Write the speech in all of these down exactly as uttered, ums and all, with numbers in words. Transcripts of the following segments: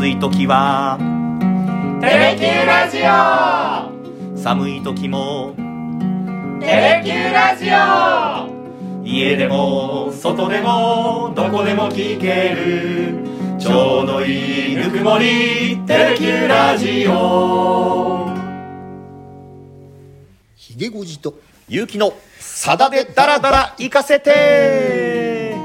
暑い時はテレキューラジオ、 寒い時もテレキューラジオ、 家でも外でもどこでも聞けるちょうどいいぬくもりテレキューラジオ。 ひげごじとゆうきのさだでダラダラ行かせて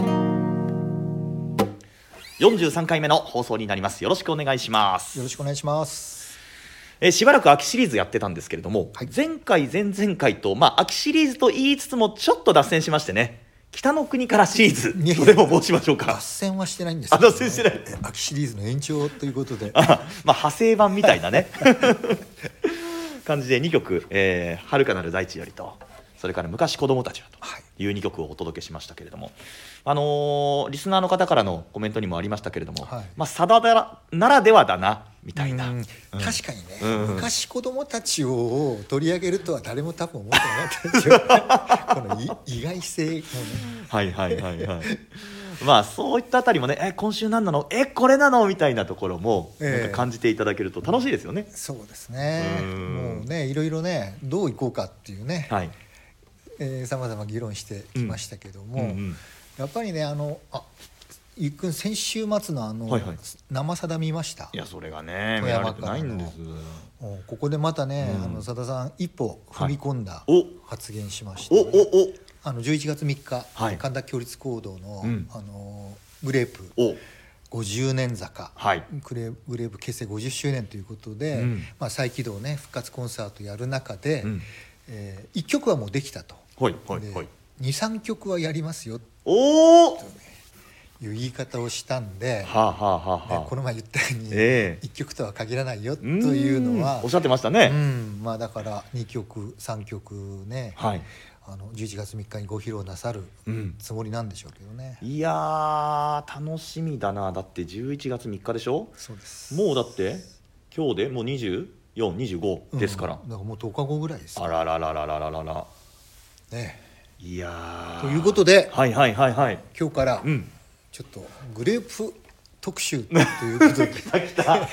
よんじゅうさんかいめの放送になります。よろしくお願いします。 よろしくお願いします。 えしばらく秋シリーズやってたんですけれども、 はい、 前回前々回と、まあ、秋シリーズと言いつつもちょっと脱線しましてね、北の国からシリーズとでも申しましょうか。 脱線はしてないんですけど、ね、 脱線してない秋シリーズの延長ということであ、まあ、派生版みたいなね感じでにきょく、えー、遥かなる大地よりと、それから昔子供たちはというにきょくをお届けしましたけれども、あのー、リスナーの方からのコメントにもありましたけれども、はい、まあ、サダダならではだなみたいな、うん、 確かにね、 うん、 昔子供たちを取り上げるとは誰も多分思ってなかったでしょこの意外性もねはいはいはいはいまあそういったあたりもね、え今週何なの、えこれなのみたいなところもなんか感じていただけると楽しいですよね、 えー、そうですね。もうね、いろいろね、どういこうかっていうね、はい、えー、さまざま議論してきましたけども、うんうんうん、やっぱりね、あのあゆっくん先週末のあの、はいはい、生さだ見ました？ いやそれがね見られてないんです。 ここでまたね、うん、あのさださん一歩踏み込んだ発言しまして、 ね、はい、おおおあのじゅういちがつみっか、はい、神田共立講堂の、うん、あのグレープごじゅうねん坂、はい、グレープ結成ごじゅっしゅうねんということで、うん、まあ、再起動ね、復活コンサートやる中で、うん、えー、いっきょくはもうできたと、はいはいはい、にさんきょくはやりますよおと、ね、いう言い方をしたんで、はあはあはあ、ね、この前言ったように、えー、いっきょくとは限らないよというのはおっしゃってましたね、 うん、まあ、だからにきょくさんきょくね、はい、あのじゅういちがつみっかにご披露なさるつもりなんでしょうけどね、うん、 いや楽しみだな。だってじゅういちがつみっかでしょ。 そうです。 もうだって今日でもうにじゅうよん、にじゅうごですから、 うん、だからもうとおかごぐらいです。 あららららららららね、 いやということで、 はいはいはいはい、 今日からちょっとグレープ特集ということで来た来た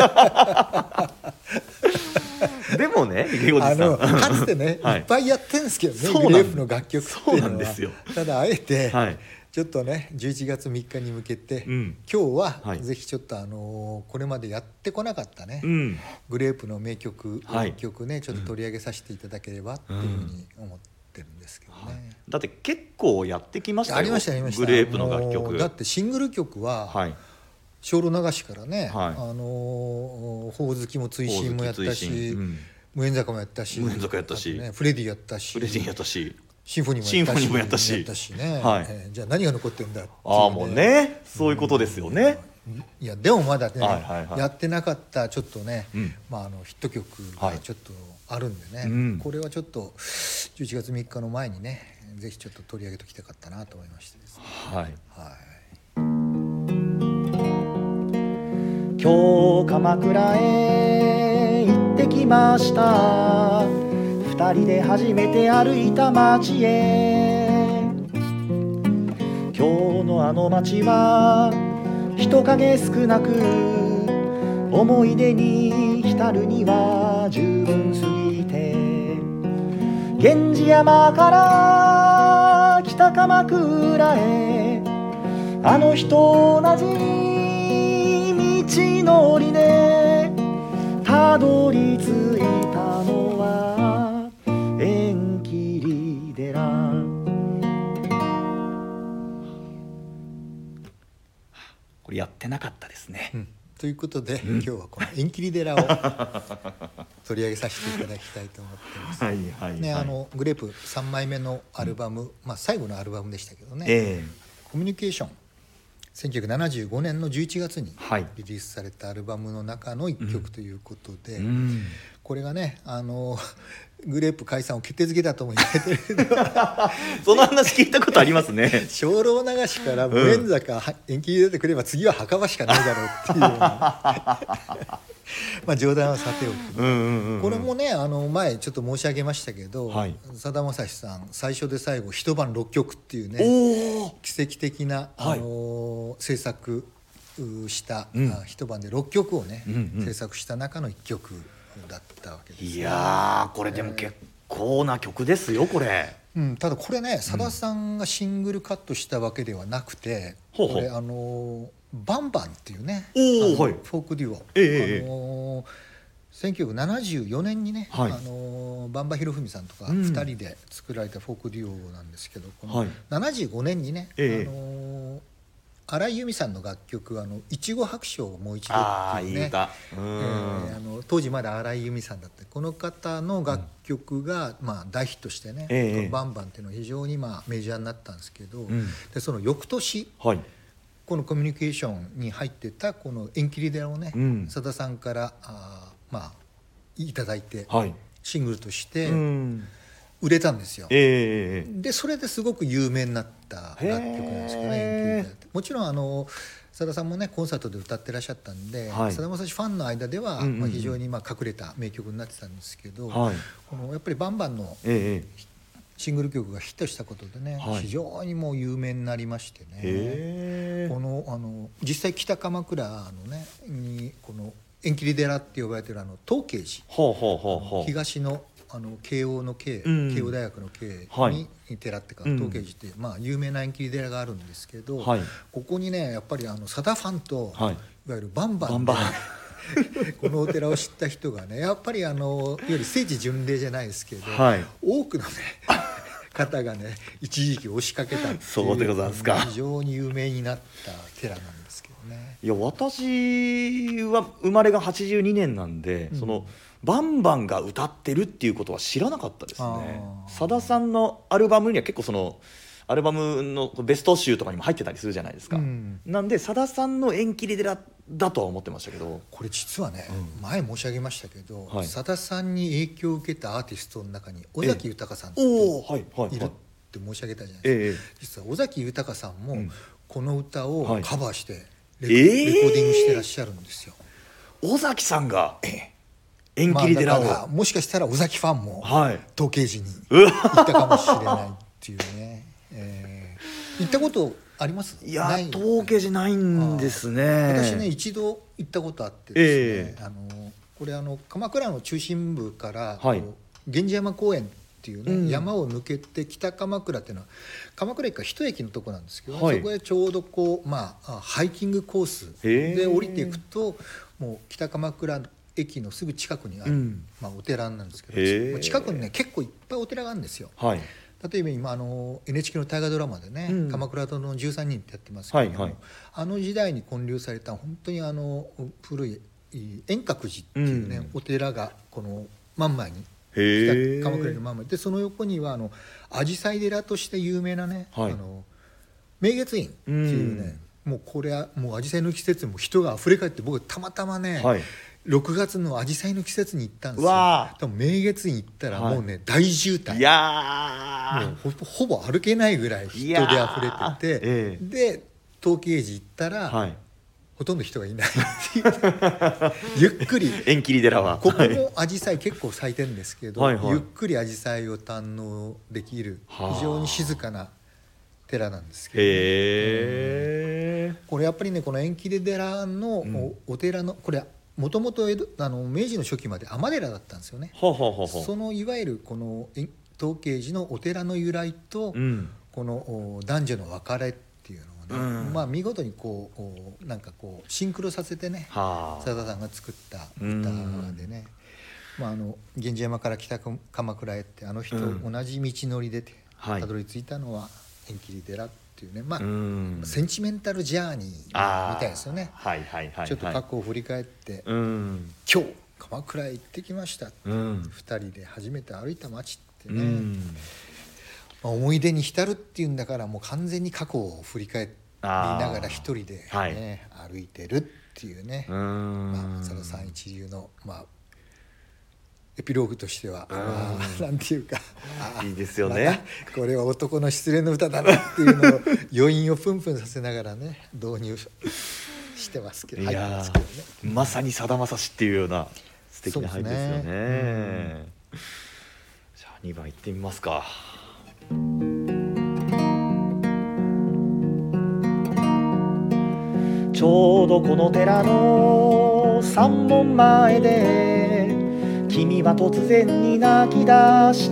でもね、 あのかつてね、はい、いっぱいやってるんですけどね、グレープの楽曲っていうのは。そうなんですよ。ただあえて、はい、ちょっとねじゅういちがつみっかに向けて、うん、今日はぜひちょっと、あのー、これまでやってこなかったね、うん、グレープの名曲いっきょくね、ちょっと取り上げさせていただければっていうふうに思ってるんですけどね、うん、はい、 だって結構やってきましたよ。 ありましたありました。 グレープの楽曲だってシングル曲は、はい、精霊流しからね、はい、あのー、ほおずきも追伸もやったし、うん、無縁坂もやったし、 無縁坂やったし、 ね、フレディやったし、 フレディやったし、 シンフォニーもやったし、 やったしね、 はい、えー、じゃあ何が残ってんだっていう、ね、 ああもうね、そういうことですよね、 うん、いやでもまだね、はいはいはい、やってなかったちょっとね、うん、まあ、あのヒット曲がちょっとあるんでね、はい、うん、これはちょっとじゅういちがつみっかの前にね、ぜひちょっと取り上げときたかったなと思いましてですね、はい、はい、 今日鎌倉へ行ってきました。二人で初めて歩いた街へ。今日のあの街は人影少なく、思い出に浸るには十分すぎて、源氏山から北鎌倉へ、あの日と同じ道のりでたどり着いたのは縁切り寺。これやってなかったですね、うん、 ということで、うん、今日はこの縁切り寺を取り上げさせていただきたいと思ってます。はいはいはい、ね、あのグレープさんまいめのアルバム、うん、まあ、最後のアルバムでしたけどね、えー、コミュニケーションせんきゅうひゃくななじゅうごねんのじゅういちがつにリリースされたアルバムの中のいっきょくということで、うんうん、これがね、あのグレープ解散を決定づけだとも言われてるその話聞いたことありますね。 精霊流しから無縁坂、うん、延期出てくれば次は墓場しかないだろうっていうまあ冗談はさておき、うんうんうん、これもね、あの前ちょっと申し上げましたけど、はい、さだまさしさん最初で最後一晩ろっきょくっていうね奇跡的な、あのー、制作した、うん、一晩でろっきょくをね、うんうん、制作した中のいっきょくだったわけです、ね、 いやーこれでも結構な曲ですよこれ、 うん、ただこれねさださんがシングルカットしたわけではなくて、うん、これあのバンバンっていうね、 お、はい、 フォークデュオ、 ええ、 あのー、せんきゅうひゃくななじゅうよねんにね、はい、あのー、バンバヒロフミさんとかふたりで作られたフォークデュオなんですけど、このななじゅうごねんにね、ええ、あのー、荒井由実さんの楽曲あのいちご白書をもう一度っていうね、あ、えー、あの当時まだ荒井由実さんだったこの方の楽曲が、うん、まあ、大ヒットしてね、ええ、バンバンっていうのは非常にまあメジャーになったんですけど、うん、でその翌年、はい、このコミュニケーションに入ってたこの縁切り寺をね、さだ、うん、さんからあまあいただいて、はい、シングルとして売れたんですよ、えー、でそれですごく有名になった楽曲なんですけどね。もちろんあのさださんもねコンサートで歌ってらっしゃったんで、さだまさしファンの間では、うんうんうん、まあ、非常にまあ隠れた名曲になってたんですけど、はい、このやっぱりバンバンの、えーシングル曲がヒットしたことでね、はい、非常にもう有名になりましてね、このあの実際北鎌倉のねにこの縁切り寺って呼ばれてるあの東慶寺、ほうほうほうほう、東のあの慶応の慶、うん、慶応大学の慶に寺ってか、はい、東慶寺って、まあ、有名な縁切り寺があるんですけど、はい、ここにねやっぱりあのさだファンと、はい、いわゆるバンバンでこのお寺を知った人がねやっぱりあのいわゆる聖地巡礼じゃないですけど、はい、多くのね方がね一時期押しかけたっていう、 そうでございますか、 非常に有名になった寺なんですけどね。 いや私は生まれがはちじゅうにねんなんで、うん、そのバンバンが歌ってるっていうことは知らなかったですね。さださんのアルバムには結構そのアルバムのベスト集とかにも入ってたりするじゃないですか、うん、なんでさださんの縁切り寺だとは思ってましたけど、 これ実はね、うん、前申し上げましたけど、はい、さださんに影響を受けたアーティストの中に尾崎豊さんっているって申し上げたじゃないですか、えー、実は尾崎豊さんもこの歌をカバーしてレコ、はい、レコーディングしてらっしゃるんですよ、 えー、尾崎さんが縁切り寺を、 まあ、もしかしたら尾崎ファンも東慶寺に行ったかもしれないっていうね、えー、行ったことあります？ いや東慶寺ないんですね。 私ね一度行ったことあってですね、えー、あのこれあの鎌倉の中心部から、はい、源氏山公園っていうね、うん、山を抜けて北鎌倉っていうのは鎌倉駅から一駅のとこなんですけど、はい、そこへちょうどこう、まあ、ハイキングコースで降りていくともう北鎌倉駅のすぐ近くにある、うん、まあ、お寺なんですけど、近くにね結構いっぱいお寺があるんですよ、はい、例えば今あの エヌエイチケー の大河ドラマでね、うん、鎌倉殿のじゅうさんにんってやってますけども、はいはい、あの時代に建立された本当にあの古い円覚寺っていうね、うん、お寺がこの真ん前に北鎌倉の真ん前で、その横にはあの紫陽花寺として有名なね、はい、あの明月院っていうね、うん、もうこれはもう紫陽花の季節にも人があふれ返って、僕たまたまね、はい、ろくがつの紫陽花の季節に行ったんですよ。多分明月院行ったらもうね、はい、大渋滞、いやもう ほ, ほぼ歩けないぐらい人であふれてて、えー、で東慶寺行ったら、はい、ほとんど人がいないっていうゆっくり縁切り寺はここも紫陽花結構咲いてるんですけど、はいはい、ゆっくり紫陽花を堪能できる非常に静かな寺なんですけど、ね、へー、これやっぱりねこの縁切り寺の お,、お寺のこれもともと明治の初期まで尼寺だったんですよね。はははは、そのいわゆるこの東慶寺のお寺の由来と、うん、この男女の別れっていうのをね、うん、まあ、見事にこうなんかこうシンクロさせてね、さださんが作った歌でね、うん、まあ、あの源氏山から北鎌倉へってあの人、うん、同じ道のりでたどり着いたのは縁切り寺っていうね、まあ、うん、センチメンタルジャーニーみたいですよね。はいはいはいはい、ちょっと過去を振り返って、うん、今日鎌倉へ行ってきました、うん、ふたりで初めて歩いた街ってね、うん、まあ、思い出に浸るっていうんだからもう完全に過去を振り返りながら一人で、ね、はい、歩いてるっていうね、うん、まあ、さださん一流の、まあ、エピローグとしては、うん、なんていうかいいですよね、ま、 これは男の失恋の歌だなっていうのを余韻をプンプンさせながらね導入してますけど、 いや、 入ってますけどね、まさにさだまさしっていうような素敵な俳句ですよね。うん、じゃあにばんいってみますか。 ちょうどこの寺の山門前で君は突然に泣き出して、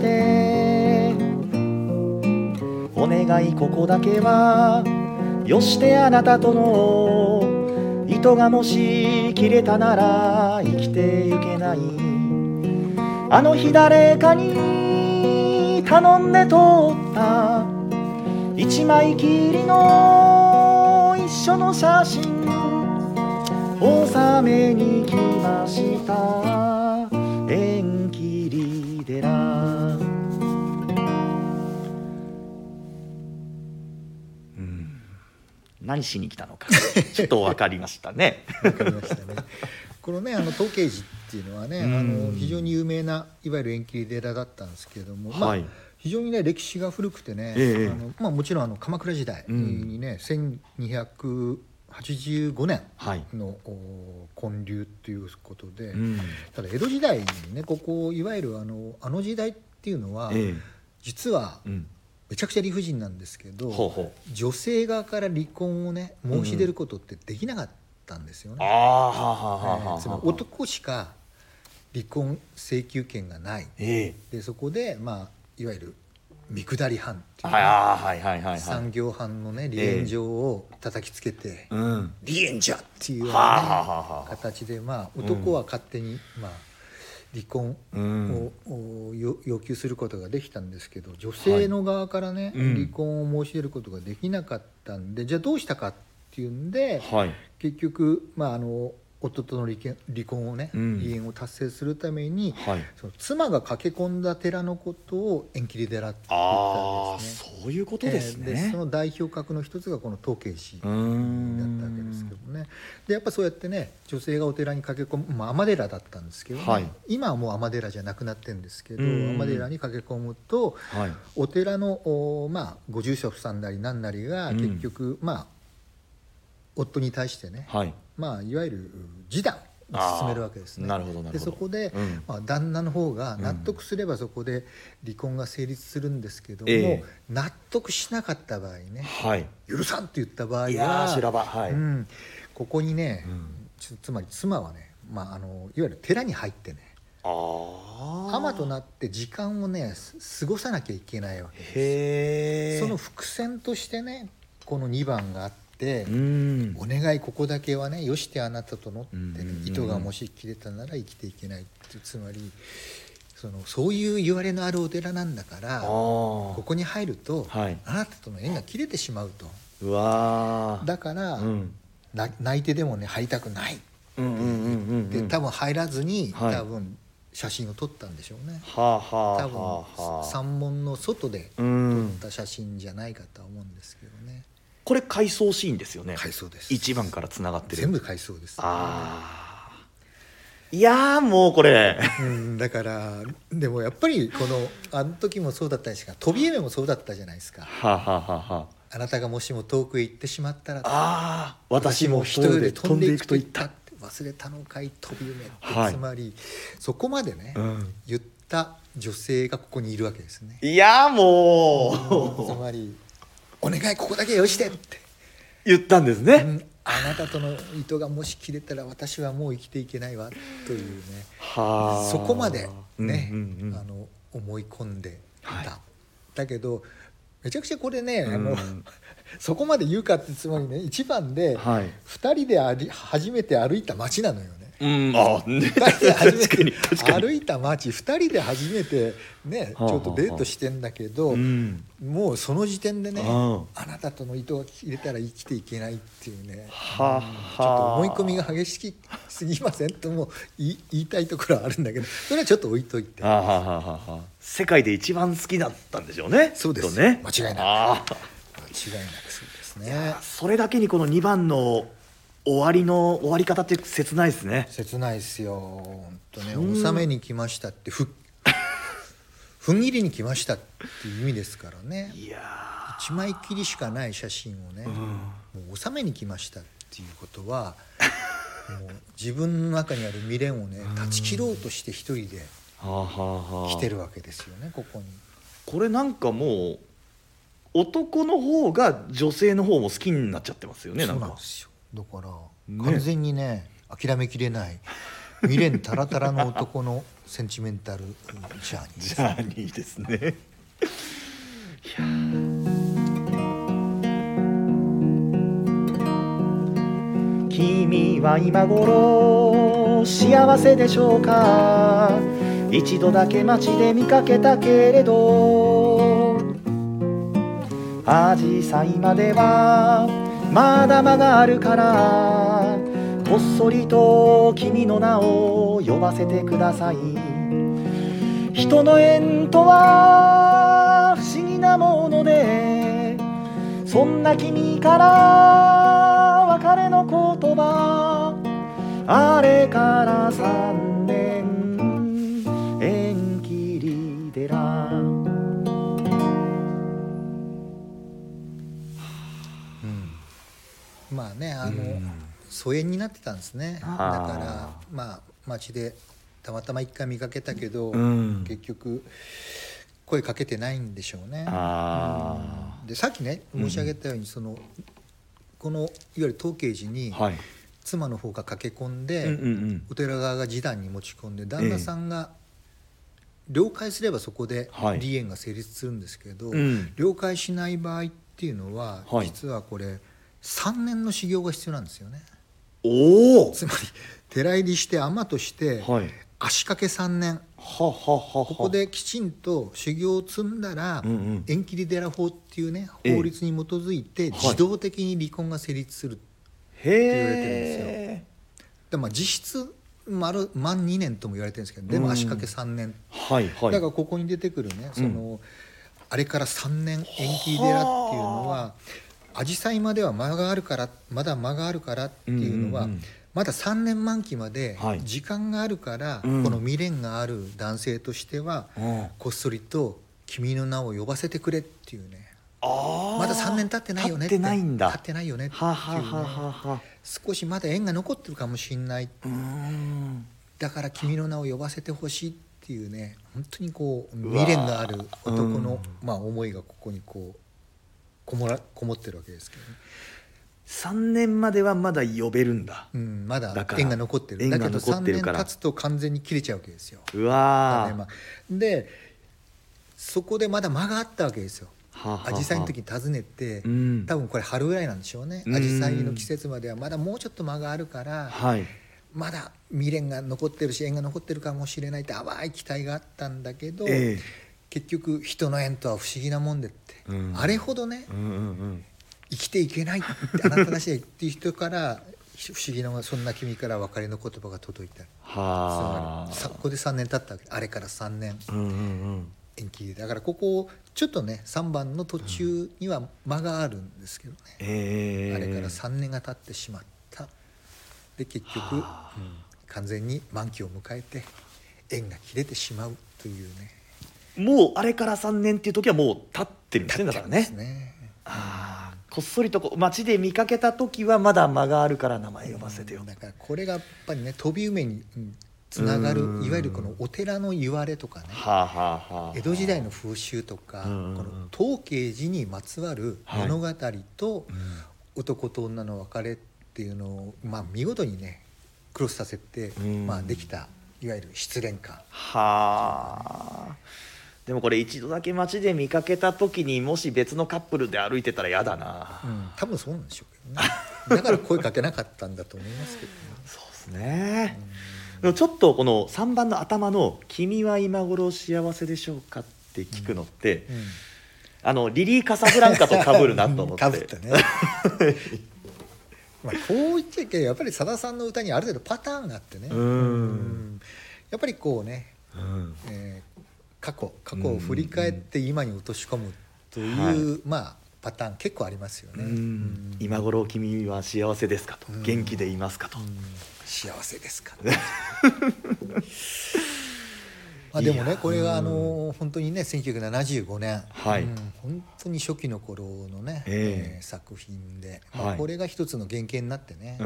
お願いここだけはよしてあなたとの糸がもし切れたなら生きてゆけない。あの日誰かに頼んで撮った一枚きりの一緒の写真納めに来ました。縁切り寺。うん、何しに来たのかちょっと分かりましたね。 分かりましたね。このねあの東慶寺っていうのはね、うん、あの非常に有名ないわゆる縁切り寺だったんですけれども、はい、まあ、非常にね歴史が古くてね、ええ、あのまあ、もちろんあの鎌倉時代にね、うん、せんにひゃくはちじゅうごねんの、はい、建立ということで、うん、ただ江戸時代にねここいわゆるあのあの時代っていうのは、ええ、実は、うん、めちゃくちゃ理不尽なんですけど、ほうほう、女性側から離婚をね申し出ることってできなかったんですよね。つまり男しか離婚請求権がない、ええ、でそこで、まあ、いわゆる見下り犯っていう、ね、はいはいはいはい、産業犯のね離縁状を叩きつけて、ええ、うん、離縁じゃっていうような、ね、はあはあはあ、形で、まあ、男は勝手に、うん、まあ、離婚を、うん、要求することができたんですけど、女性の側からね、はい、離婚を申し出ることができなかったんで、うん、じゃあどうしたかっていうんで、はい、結局、まあ、あの夫との離婚、離婚をね、うん、離縁を達成するために、はい、その妻が駆け込んだ寺のことを縁切り寺って言ったんですね。 あ、そういうことですね。 えー、でその代表格の一つがこの東慶寺だったわけですけどね。でやっぱそうやってね女性がお寺に駆け込む、まあ、尼寺だったんですけど、ね、はい、今はもう尼寺じゃなくなってるんですけど、尼寺に駆け込むと、はい、お寺のお、まあ、ご住職さんなり何なりが結局、うん、まあ夫に対してね、はい、まあ、いわゆる示談を進めるわけですね。 なるほどなるほど。 でそこで、うん、まあ、旦那の方が納得すればそこで離婚が成立するんですけども、えー、納得しなかった場合ね、はい、許さんと言った場合は、いや修羅場、はい、うん、 ここにね、うん、つまり妻はね、まあ、あのいわゆる寺に入ってね、尼となって時間をね過ごさなきゃいけないわけです。へー。その伏線としてねこのにばんがあって、うん、お願いここだけはねよしてあなたとのって、ね、うん、糸がもし切れたなら生きていけないって、つまりそのそういう言われのあるお寺なんだからここに入ると、はい、あなたとの縁が切れてしまうと。うわだから、うん、泣いてでもね入りたくないって言って多分入らずに、はい、多分写真を撮ったんでしょうね。はあはあ、多分山門の外で撮った写真じゃないかとは思うんですけどね。 これ回想シーンですよね。 回想です。 一番からつながってる。 全部回想です、ね。 ああ。いやーもうこれ。 うん、だからでもやっぱりこのあの時もそうだったんですが、飛び夢もそうだったじゃないですか。はあ、はあははあ、あなたがもしも遠くへ行ってしまったら、ああ、私も一人で飛んでいくと言った。 忘れたのかい飛び夢って、はい、つまりそこまでね、うん、言った女性がここにいるわけですね。 いやもう、 つまりお願いここだけよしてって言ったんですね、うん、 あなたとの糸がもし切れたら私はもう生きていけないわというね、はそこまでね、うんうんうん、あの思い込んでいた、はい、だけどめちゃくちゃこれね、うん、あのそこまで言うかってつまりね一番でふたりであり初めて歩いた街なのよね。うん、あふたりで初めて歩いた街、ふたりで初めてねちょっとデートしてんだけど、はあはあ、もうその時点でね、ああなたとの糸が切れたら生きていけないっていうね、はあ、ちょっと思い込みが激しすぎませんとも言い、言いたいところはあるんだけど、それはちょっと置いといて、はあはあはあ、世界で一番好きだったんでしょうね。 そうですね、 間違いなく間違いなくそうですね。 それだけにこのにばんの終わりの終わり方って切ないですね。 切ないですよ本当ね。納めに来ましたってふふんぎりに来ましたっていう意味ですからね。いや一枚きりしかない写真をね、うん、もう納めに来ましたっていうことはもう自分の中にある未練をね断ち切ろうとして一人で来てるわけですよね、ここに。 これなんかもう男の方が女性の方も好きになっちゃってますよね。 そうなんですよ。 だから完全にね、ね諦めきれない未練タラタラの男のセンチメンタルジャーニージャーニーですね。いや君は今頃幸せでしょうか。一度だけ街で見かけたけれど、アジサイまではまだ間があるから、こっそりと君の名を呼ばせてください。人の縁とは不思議なもので、そんな君から別れの言葉、あれから三年縁切り寺。 まあね、あの、うん、疎遠になってたんですね。だからまあ街でたまたま一回見かけたけど、うん、結局声かけてないんでしょうね。あ、うん、でさっきね申し上げたように、そのこのいわゆる東慶寺に妻の方が駆け込んで、うんうんうん、お寺側が示談に持ち込んで、旦那さんが了解すればそこで離縁が成立するんですけど、はい、うん、了解しない場合っていうのは、はい、実はこれさんねんの修行が必要なんですよね。おつまり寺入りして尼として足掛けさんねん、ははははここできちんと修行を積んだら、うんうん、縁切り寺法っていうね法律に基づいて自動的に離婚が成立するって言われてるんですよ。で、まあ、実質丸満にねんとも言われてるんですけど、でも足掛けさんねん、うんはいはい、だからここに出てくるね、その、うん、あれからさんねん縁切り寺っていうのはアジサイまでは間があるから、まだ間があるからっていうのは、うんうんうん、まださんねん満期まで時間があるから、はい、この未練がある男性としては、うん、こっそりと君の名を呼ばせてくれっていうね、あまださんねん経ってないよねって、経ってないんだ、経ってないよねっていうね、はははは少しまだ縁が残ってるかもしれない、うん、だから君の名を呼ばせてほしいっていうね、本当にこう未練がある男の、うん、まあ、思いがここにこうこもら、こもってるわけですけどね。 さんねんまではまだ呼べるんだ、 うん、まだ縁が残ってる。だけどさんねん経つと完全に切れちゃうわけですよ。 うわー、 まあ、でそこでまだ間があったわけですよ。アジサイの時に訪ねて、うん、多分これ春ぐらいなんでしょうね。アジサイの季節まではまだもうちょっと間があるから、はい、まだ未練が残ってるし縁が残ってるかもしれないって淡い期待があったんだけど、えー、結局人の縁とは不思議なもんでって、うん、あれほどね、うんうんうん、生きていけないってあなたなしでっていう人から不思議な、そんな君から別れの言葉が届いた。はあ、ここでさんねん経ったわけ。あれからさんねん、うんうんうん、延期だからここちょっとねさんばんの途中には間があるんですけどね、えー、あれからさんねんが経ってしまった。で結局、はあ、うん、完全に満期を迎えて縁が切れてしまうというね。 もうあれからさんねんっていう時はもう経ってるんですね。だからね、 ね、 あ、こっそりとこう街で見かけた時はまだ間があるから名前呼ばせてよ、うん、 だからこれがやっぱりね飛び梅につながる、いわゆるこのお寺の言われとかね、はあはあはあ、江戸時代の風習とか、この東慶寺にまつわる物語と、はい、男と女の別れっていうのを、まあ、見事にねクロスさせて、まあ、できたいわゆる失恋歌。 はあ。でもこれ一度だけ街で見かけた時にもし別のカップルで歩いてたら嫌だな、 うん、多分そうなんでしょうけどねだから声かけなかったんだと思いますけどねそうですね、うん、でもちょっとこのさんばんの頭の「君は今頃幸せでしょうか?」って聞くのって、うんうん、あのリリー・カサブランカと被るなと思って被ったねまあこう言っちゃいけない、やっぱりさださんの歌にある程度パターンがあってね、うん、やっぱりこうね、うんえー過去過去を振り返って今に落とし込むという、はい、まあパターン結構ありますよね。うん、 今頃君は幸せですかと、元気でいますかと、 幸せですかまあ、でもねこれがあの本当にねせんきゅうひゃくななじゅうごねん、 はい、 うん、本当に初期の頃のね、 えーえー、作品で、まあ、これが一つの原型になってね、 はい、うん、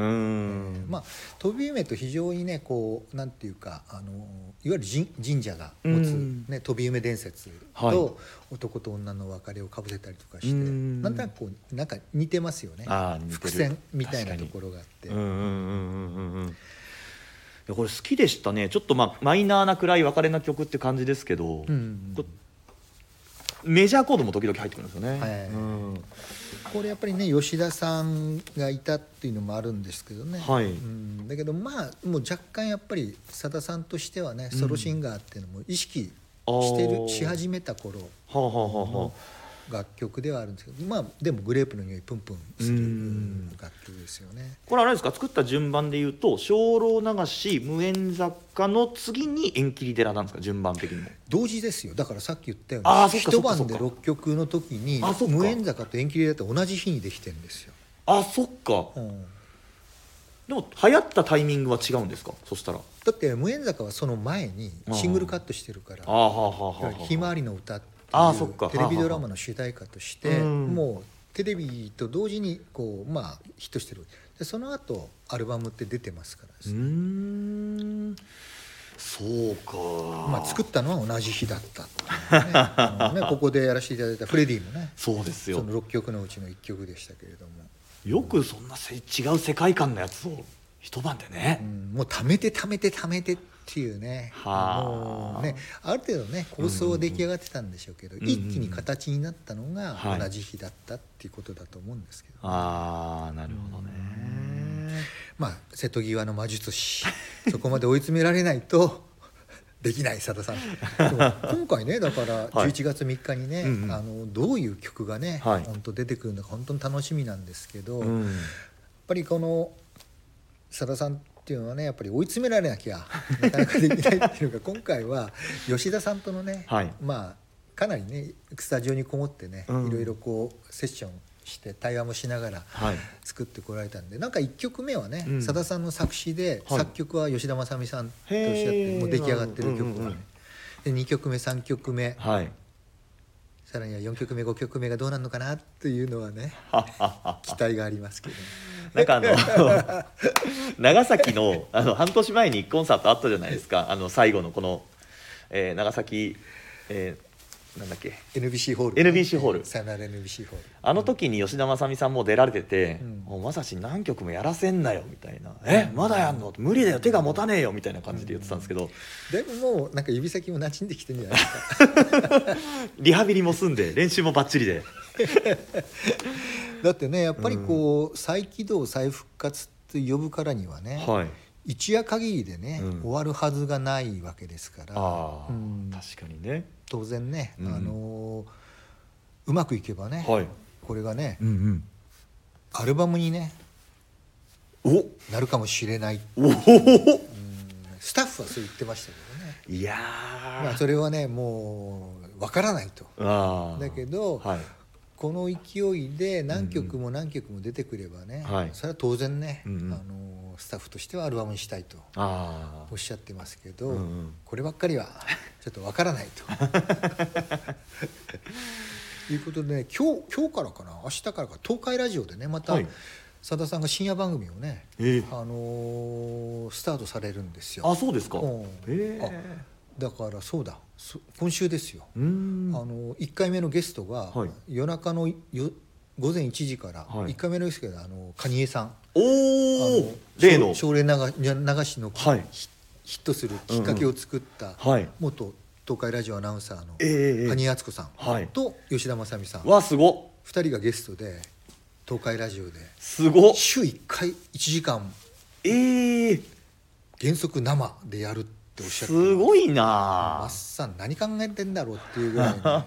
えー、まあ飛び梅と非常にねこうなんていうかあのいわゆる神神社が持つ、ね、飛び梅伝説と男と女の別れをかぶせたりとかして、はい、なんとなくこうなんか似てますよね。伏線みたいなところがあって。 これ好きでしたね。ちょっとまあマイナーな暗い別れな曲って感じですけど、うん、メジャーコードも時々入ってくるんですよね、はい、うん、 これやっぱりね吉田さんがいたっていうのもあるんですけどね、はい、うん、だけどまあもう若干やっぱりさださんとしてはねソロシンガーっていうのも意識してる、うん、し始めた頃の楽曲ではあるんですけど、まあでもグレープの匂いプンプンする楽曲ですよね。 これあれですか、作った順番でいうと精霊流し無縁坂の次に縁切り寺なんですか、順番的にも同時ですよ。だからさっき言ったように一晩でろっきょくの時に無縁坂と縁切り寺って同じ日にできてるんですよ。 あ、そっか、うん、でも流行ったタイミングは違うんですか、そしたら。 だって無縁坂はその前にシングルカットしてるから「ひまわりの歌」っていうテレビドラマの主題歌としてもうテレビと同時にこうまあヒットしてる。でその後アルバムって出てますからですね。うーん、そうか、 まあ作ったのは同じ日だったっていうねあのねここでやらせていただいたフレディもね、 そうですよ、 そのろっきょくのうちのいっきょくでしたけれども、 よくそんなせ違う世界観のやつを一晩でね、 うん、もう貯めて貯めて貯めてっていうね、もうねある程度ね構想は出来上がってたんでしょうけど、うんうん、一気に形になったのが同じ日だったっていうことだと思うんですけど、ね、 ああなるほどね、 まあ瀬戸際の魔術師そこまで追い詰められないとできないさださん今回ねだからじゅういちがつみっかにね、はい、あのどういう曲がね、はい、本当出てくるのか本当に楽しみなんですけど、うん、やっぱりこのさださんっていうのはねやっぱり追い詰められなきゃなかなかできないっていうのが今回は吉田さんとのね、はい、まあかなりねスタジオにこもってね、うん、いろいろこうセッションして対話もしながら作ってこられたんで、はい、なんかいっきょくめはねさだ、うん、さんの作詞で、はい、作曲は吉田正美さんとおっしゃってもう出来上がってる曲がね、うんうんうん、でにきょくめさんきょくめ、はい、さらにはよんきょくめごきょくめがどうなるのかなっていうのはね期待がありますけど、ね、 なんかあの長崎 の, あの半年前にコンサートあったじゃないですか、あの最後のこの、えー、長崎、えーなんだっけエヌビーシー ホール、ね、 エヌビーシー ホール、 さよなら エヌビーシー ホール、 あの時に吉田正美さんも出られてて、うん、もうまさし何曲もやらせんなよみたいな、うん、えまだやんの無理だよ手が持たねえよみたいな感じで言ってたんですけど、 うん、でももうなんか指先も馴染んできてるんじゃないですかリハビリも済んで練習もバッチリでだってねやっぱりこう、うん、再起動再復活って呼ぶからにはね、はい、一夜限りでね、うん、終わるはずがないわけですから、 あ、うん、確かにね当然ね、うん、あのうまくいけばね、はい、これがね、うんうん、アルバムにねおなるかもしれない、お、うん、スタッフはそう言ってましたけどね。 いや、 まあ、それはねもうわからないと。あだけど、はい、この勢いで何曲も何曲も出てくればね、うんうん、それは当然ね、うんうん、あのスタッフとしてはアルバムにしたいとおっしゃってますけど、うんうん、こればっかりはちょっとわからないということで、ね、今日、今日からかな明日からか東海ラジオでねまたさだ、はい、さんが深夜番組をね、えーあのー、スタートされるんですよ。 あ、そうですか、うん、 えー、あだからそうだ今週ですよ。あのいっかいめのゲストが、はい、夜中のよ午前いちじからいっかいめのゲストがあのカニエさん、 おお例の少年流しの、はい、ヒットするきっかけを作った、うんうん、元東海ラジオアナウンサーのカニエ敦子さん、はい、と吉田正美さん、 わすごふたりがゲストで東海ラジオですご週いっかいいちじかん、 えー、 原則生でやるっておっしゃってすごいな。 マッサン何考えてんだろうっていうぐらいね、うん、いや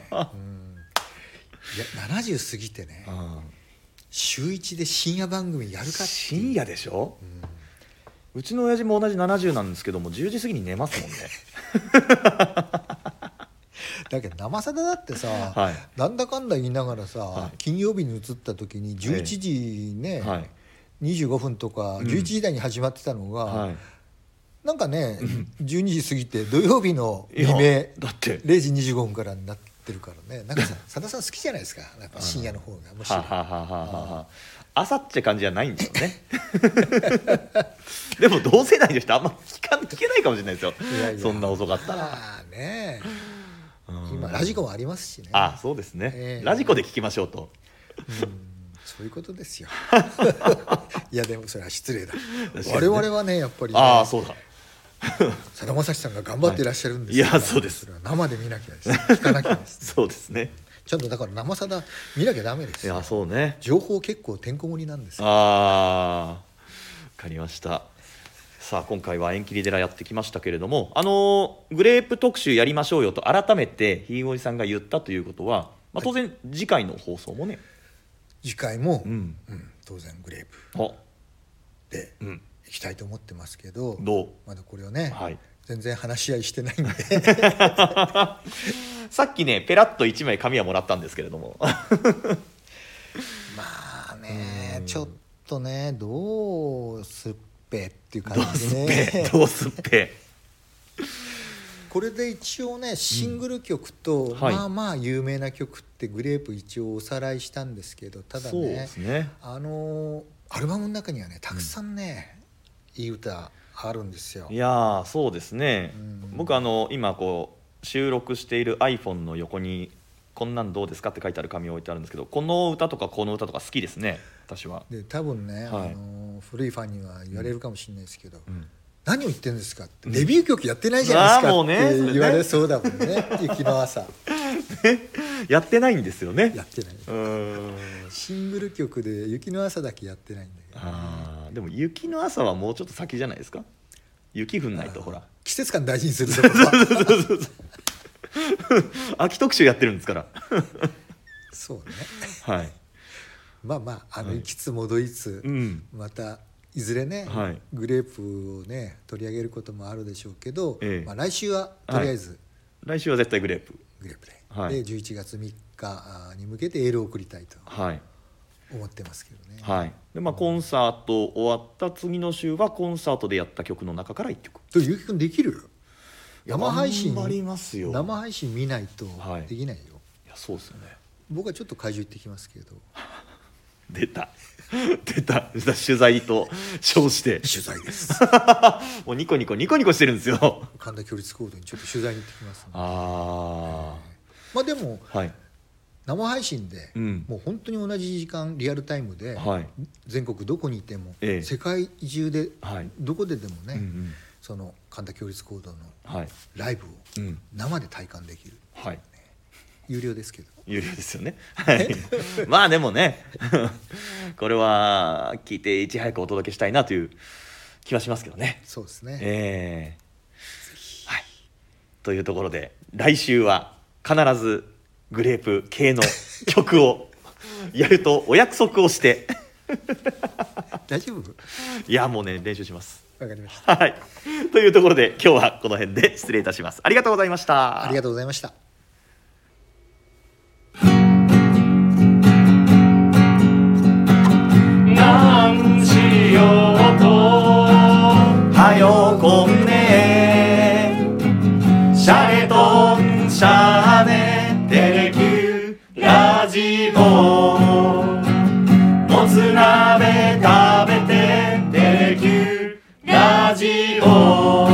ななじゅう過ぎてね、うん、週いちで深夜番組やるかって深夜でしょ、うん、うちの親父も同じななじゅうなんですけどもじゅうじ過ぎに寝ますもんねだけど生さだだってさ、はい、なんだかんだ言いながらさ、はい、金曜日に移った時にじゅういちじね、はい、にじゅうごふんとかじゅういちじ台に始まってたのが、うんはい、 なんかねじゅうにじ過ぎて土曜日の未明だってれいじにじゅうごふんからになってるからね、なんかささださん好きじゃないですか、やっぱ深夜の方がむしろ。 ははははは朝って感じじゃないんですよねでも同世代の人あんま聞か聞けないかもしれないですよ。いやいやそんな遅かったら。 まあね、今ラジコもありますしね。 あ、そうですね、えー、ラジコで聞きましょうと。 うん、そういうことですよいやでもそれは失礼だ。我々はねやっぱり、ね、 ああそうださだまさしさんが頑張っていらっしゃるんですから、 はい、いやそうです。 それは生で見なきゃです、ね、聞かなきゃです、 ね、そうですね。 ちゃんとだから生さだ見なきゃダメです。 いやそうね。 情報結構てんこ盛りなんですよ。 ああ、わかりました。さあ今回は縁切り寺やってきましたけれども、あのグレープ特集やりましょうよと改めてひいごじさんが言ったということは、まあ、当然次回の放送もね、 次回も、 うんうん、当然グレープでいきたいと思ってますけど、 どうまだこれをね、はい、全然話し合いしてないんでさっきねペラッといちまい紙はもらったんですけれどもまあねちょっとねどうすっぺっていう感じでねどうすっぺこれで一応ねシングル曲と、うんはい、まあまあ有名な曲ってグレープ一応おさらいしたんですけど、ただ ね, ねあのアルバムの中にはねたくさんね、うん、いい歌あるんですよ。 いやそうですね、うん、僕あの今こう収録している iPhone の横にこんなんどうですかって書いてある紙を置いてあるんですけど、この歌とかこの歌とか好きですね私は。で多分ね、はい、あの古いファンには言われるかもしれないですけど、うん、何を言ってるんですかって、うん、デビュー曲やってないじゃないですかって言われそうだもんね雪の朝やってないんですよね。 やってない。うんシングル曲で雪の朝だけやってないんだけど、ね、 あでも雪の朝はもうちょっと先じゃないですか。雪降んないとほら季節感大事にするとこは秋特集やってるんですからそうねはいまあまああの行きつ戻りつ、はい、またいずれね、はい、グレープをね取り上げることもあるでしょうけど、ええまあ、来週はとりあえず、 はい、来週は絶対グレープグレープで、はい、でじゅういちがつみっかに向けてエールを送りたいと思ってますけどね、 はいでまあ、コンサート終わった次の週はコンサートでやった曲の中からいっきょく。 ゆうきくんできる？生配信頑張りますよ。 生配信見ないとできないよ、はい、いやそうですよね。 僕はちょっと会場行ってきますけど出た出た取材と称して取材ですもうニコニコニコニコしてるんですよ。 神田共立講堂にちょっと取材に行ってきます、ね、 あ、 えー、まあでも、はい、生配信で、 うん、 もう本当に同じ時間リアルタイムで、はい、全国どこにいても、ええ、世界中で、はい、どこででもね、うんうん、その神田共立講堂のライブを生で体感できる、 はい、 有料ですけど。 有料ですよねまあでもねこれは聞いていち早くお届けしたいなという気はしますけどね。 そうですね、 えーはい、というところで来週は必ずグレープ系の曲をやるとお約束をして大丈夫？ いやもうね練習します。 わかりました、 はい、というところで今日はこの辺で失礼いたします。ありがとうございました。 ありがとうございました。 なんしようとはよこんねシャレとんシャーネテレキューラジオもつ鍋食べてテレキューラジオ